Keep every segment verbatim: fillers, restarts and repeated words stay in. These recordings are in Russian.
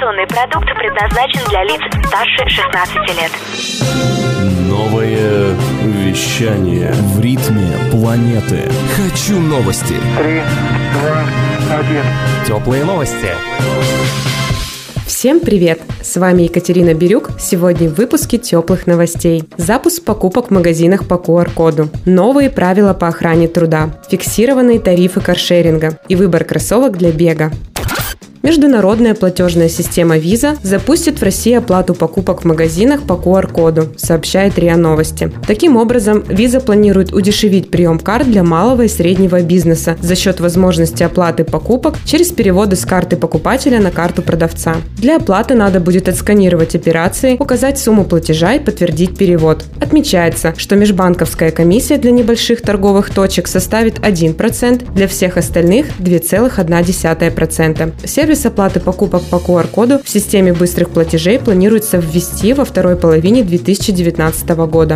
Информационный продукт предназначен для лиц старше шестнадцати лет. Новое вещание в ритме планеты. Хочу новости. Три, два, один. Теплые новости. Всем привет! С вами Екатерина Бирюк. Сегодня в выпуске теплых новостей. Запуск покупок в магазинах по ку ар коду. Новые правила по охране труда. Фиксированные тарифы каршеринга. И выбор кроссовок для бега. Международная платежная система Visa запустит в России оплату покупок в магазинах по ку ар коду, сообщает РИА Новости. Таким образом, Visa планирует удешевить прием карт для малого и среднего бизнеса за счет возможности оплаты покупок через переводы с карты покупателя на карту продавца. Для оплаты надо будет отсканировать операции, указать сумму платежа и подтвердить перевод. Отмечается, что межбанковская комиссия для небольших торговых точек составит один процент, для всех остальных – два целых одна десятая процента. Сервис оплаты покупок по ку ар коду в системе быстрых платежей планируется ввести во второй половине две тысячи девятнадцатого года.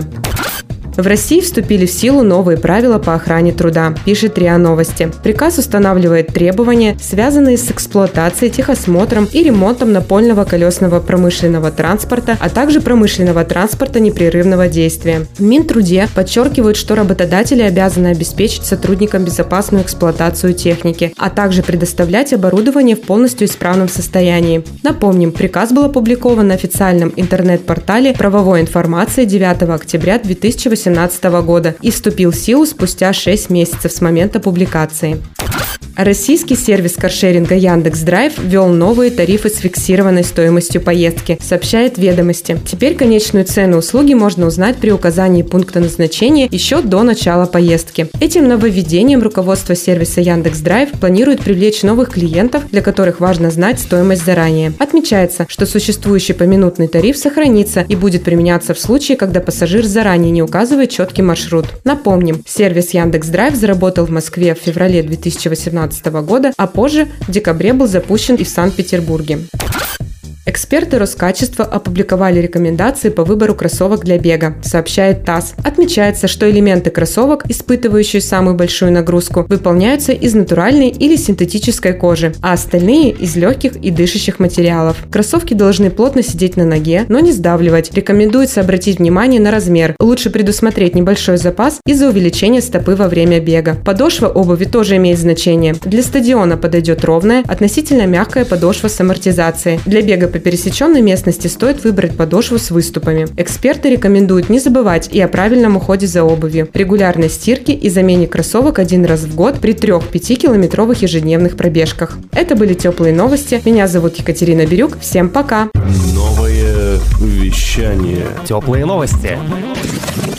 В России вступили в силу новые правила по охране труда, пишет РИА Новости. Приказ устанавливает требования, связанные с эксплуатацией, техосмотром и ремонтом напольного колесного промышленного транспорта, а также промышленного транспорта непрерывного действия. В Минтруде подчеркивают, что работодатели обязаны обеспечить сотрудникам безопасную эксплуатацию техники, а также предоставлять оборудование в полностью исправном состоянии. Напомним, приказ был опубликован на официальном интернет-портале правовой информации девятого октября две тысячи восемнадцатого года и вступил в силу спустя шесть месяцев с момента публикации. Российский сервис каршеринга Яндекс.Драйв ввел новые тарифы с фиксированной стоимостью поездки, сообщает «Ведомости». Теперь конечную цену услуги можно узнать при указании пункта назначения еще до начала поездки. Этим нововведением руководство сервиса Яндекс.Драйв планирует привлечь новых клиентов, для которых важно знать стоимость заранее. Отмечается, что существующий поминутный тариф сохранится и будет применяться в случае, когда пассажир заранее не указывает четкий маршрут. Напомним, сервис Яндекс.Драйв заработал в Москве в феврале две тысячи восемнадцатого года, а позже в декабре был запущен и в Санкт-Петербурге. Эксперты Роскачества опубликовали рекомендации по выбору кроссовок для бега, сообщает ТАСС. Отмечается, что элементы кроссовок, испытывающие самую большую нагрузку, выполняются из натуральной или синтетической кожи, а остальные – из легких и дышащих материалов. Кроссовки должны плотно сидеть на ноге, но не сдавливать. Рекомендуется обратить внимание на размер. Лучше предусмотреть небольшой запас из-за увеличения стопы во время бега. Подошва обуви тоже имеет значение. Для стадиона подойдет ровная, относительно мягкая подошва с амортизацией. Для бега по пересеченной местности стоит выбрать подошву с выступами. Эксперты рекомендуют не забывать и о правильном уходе за обувью, регулярной стирке и замене кроссовок один раз в год при трёх-пятикилометровых ежедневных пробежках. Это были теплые новости. Меня зовут Екатерина Бирюк. Всем пока! Новое вещание. Теплые новости.